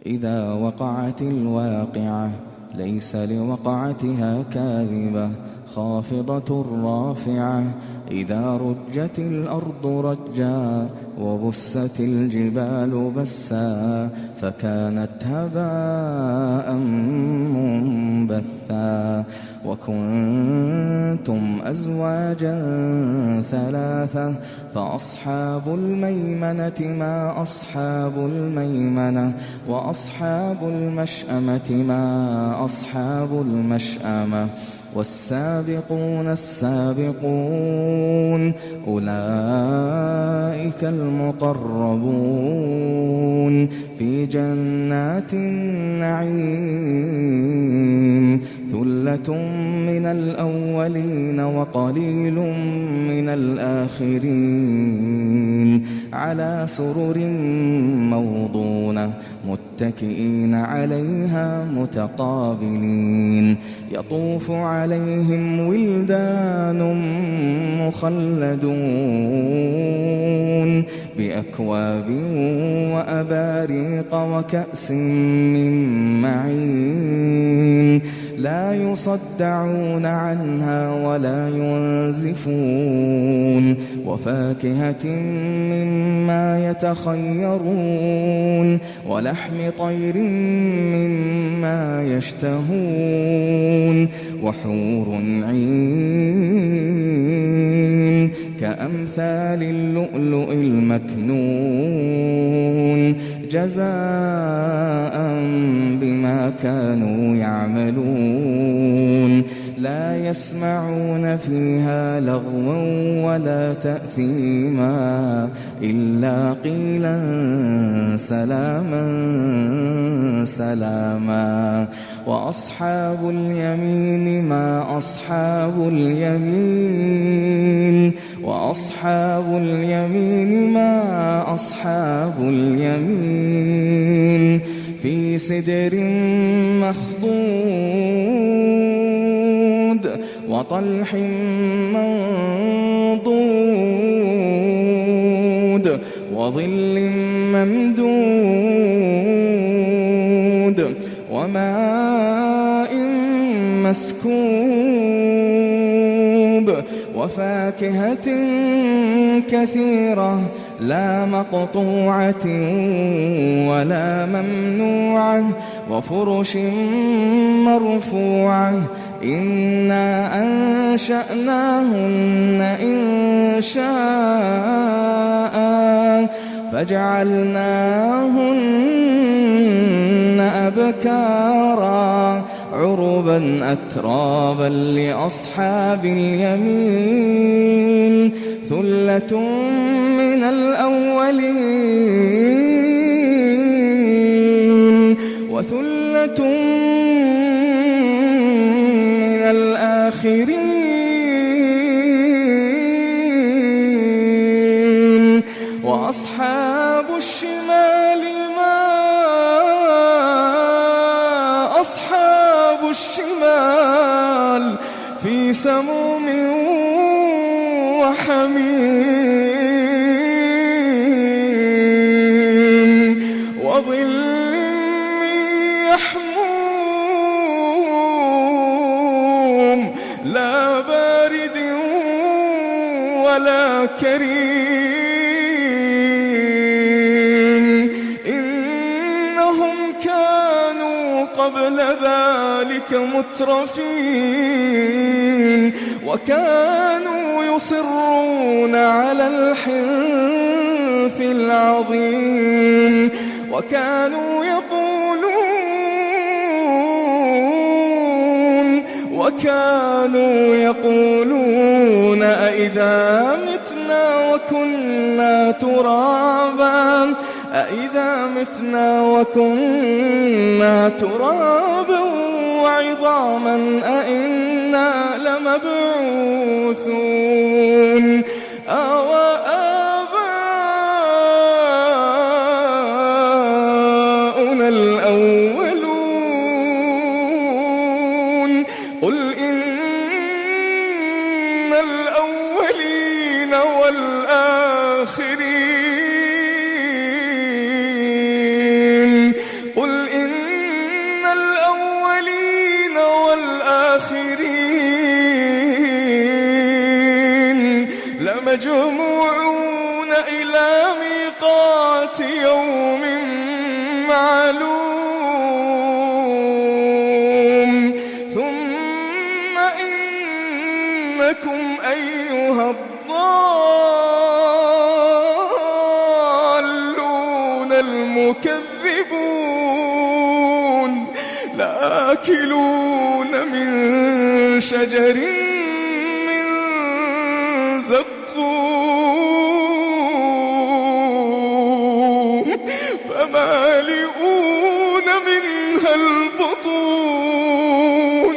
إذا وقعت الواقعة ليس لوقعتها كاذبة خافضة رافعة إذا رجت الأرض رجا وبست الجبال بسا فكانت هباء منبثا وكنتم أزواجا ثلاثة فأصحاب الميمنة ما أصحاب الميمنة وأصحاب المشأمة ما أصحاب المشأمة والسابقون السابقون أولئك المقربون في جنات النعيم ثلة من الأولين وقليل من الآخرين على سرر موضونة متكئين عليها متقابلين يطوف عليهم ولدان مخلدون بأكواب وأباريق وكأس من معين لا يصدعون عنها ولا ينزفون وفاكهة مما يتخيرون ولحم طير مما يشتهون وحور عين كأمثال اللؤلؤ المكنون جزاء بما كانوا يعملون لا يسمعون فيها لغوا ولا تأثيما إلا قيلا سلاما سلاما وأصحاب اليمين ما أصحاب اليمين وأصحاب اليمين ما أصحاب اليمين في سدر مخضود وطلح منضود وظل ممدود وماء مسكوب وفاكهة كثيرة لا مقطوعة ولا ممنوعة وفرش مرفوعة إنا أنشأناهن إنشاء فجعلناهن أبكارا عربا أترابا لأصحاب اليمين ثلة من الأولين وثلة من الآخرين وأصحاب الشمال ما أصحاب الشمال في سموم وحميم وظل من يحموم لا بارد ولا كريم إنهم كانوا قبل ذلك مترفين وكانوا يصرون على الحنث العظيم وكانوا يقولون أئذا متنا وكنا ترابا أئذا متنا وكنا ترابا وعظاما أئنا لمبعوثون آباؤنا الأولون قل إن الأولين والآخرين قل إن الأولين والآخرين لمجموعون إلى ميقات يوم معلوم ثم إنكم أيها الضالون المكذبون لآكلون من شجر من زقوم فمالئون منها البطون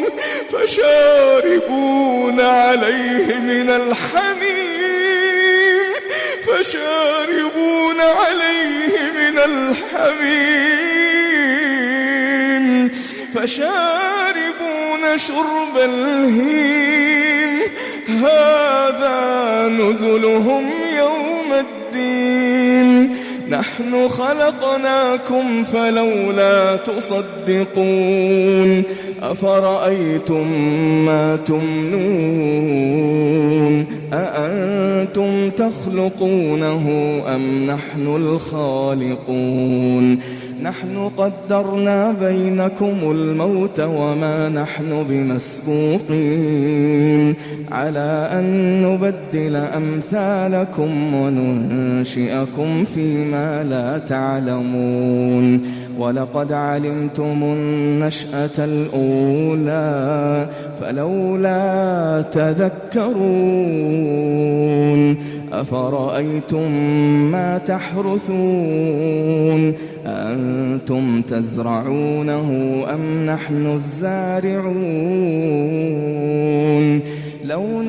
فشاربون عليه من الحميم فشاربون شرب الهيم هذا نزلهم يوم الدين نحن خلقناكم فلولا تصدقون أفرأيتم ما تمنون أأنتم تخلقونه أم نحن الخالقون نحن قدرنا بينكم الموت وما نحن بمسبوقين على أن نبدل أمثالكم وننشئكم فيما لا تعلمون ولقد علمتم النشأة الأولى فلولا تذكرون أفرأيتم ما تحرثون أأنتم تزرعونه أم نحن الزارعون لو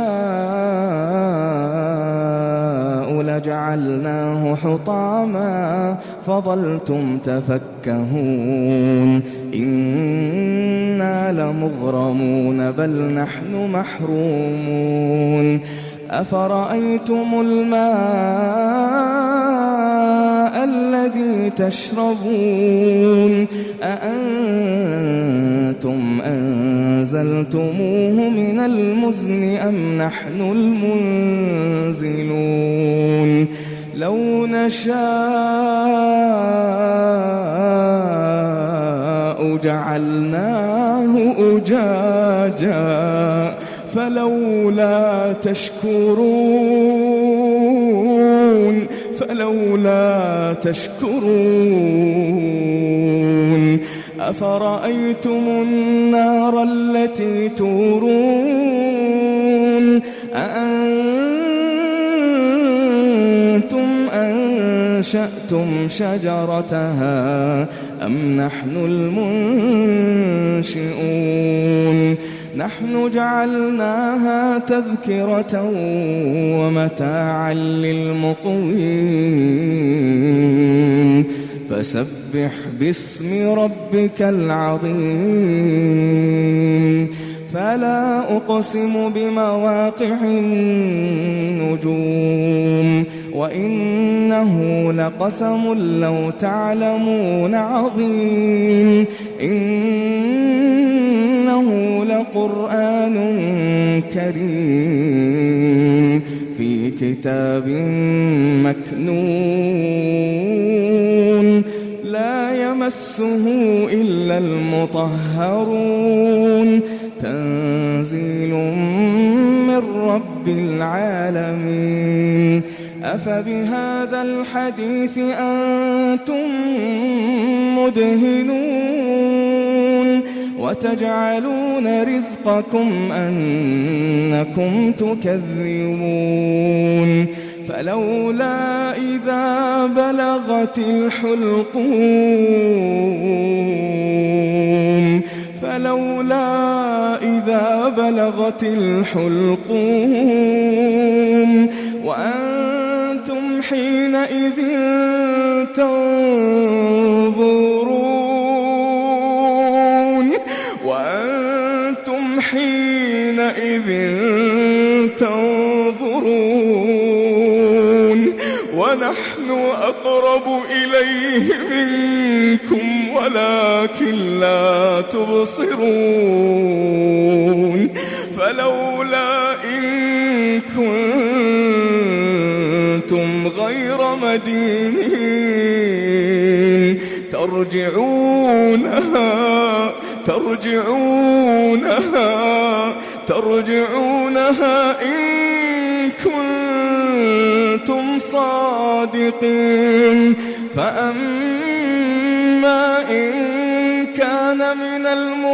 نشاء لجعلناه حطاما فظلتم تفكهون إنا لمغرمون بل نحن محرومون أفرأيتم الماء الذي تشربون أأنتم أنزلتموه من المزن أم نحن المنزلون لو نشاء جعلناه أجاجا فلولا تشكرون أفرأيتم النار التي تورون أأنتم أنشأتم شجرتها أم نحن المنشئون نحن جعلناها تذكرة ومتاعا للمقوين فسبح باسم ربك العظيم فلا أقسم بمواقع النجوم وإنه لقسم لو تعلمون عظيم إنه لقرآن كريم في كتاب مكنون لا يمسه إلا المطهرون تنزيل من رب العالمين أفبهذا الحديث أنتم مدهنون وتجعلون رزقكم أنكم تكذبون فلولا إذا بلغت الحلقوم وأنتم حينئذ تنظرون ونحن أقرب إليه منكم ولكن لا تبصرون فلولا إن كنتم غير مدينين ترجعونها إن كنتم صادقين فأما إن كان من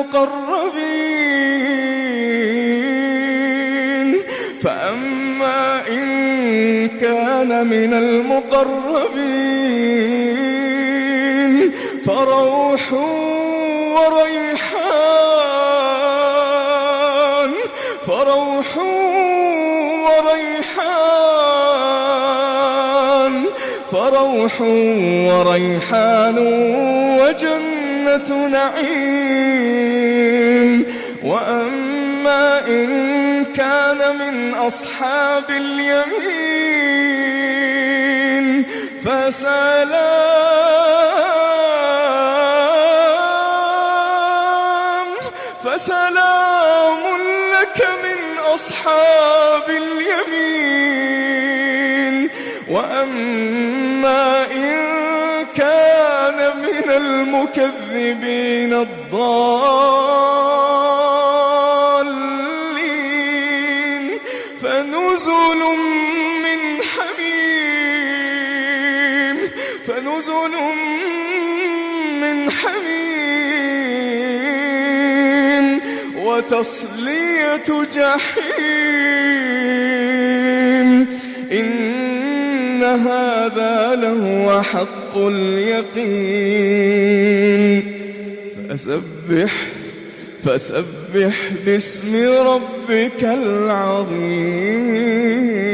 المقربين فروح وريحان وجنة نعيم وأما إن كان من أصحاب اليمين فسلام لك من أصحاب اليمين وأما إن كان من المكذبين الضالين فنزل من حميم وتصلية جحيم إن هذا لهو حق اليقين فسبح باسم ربك العظيم.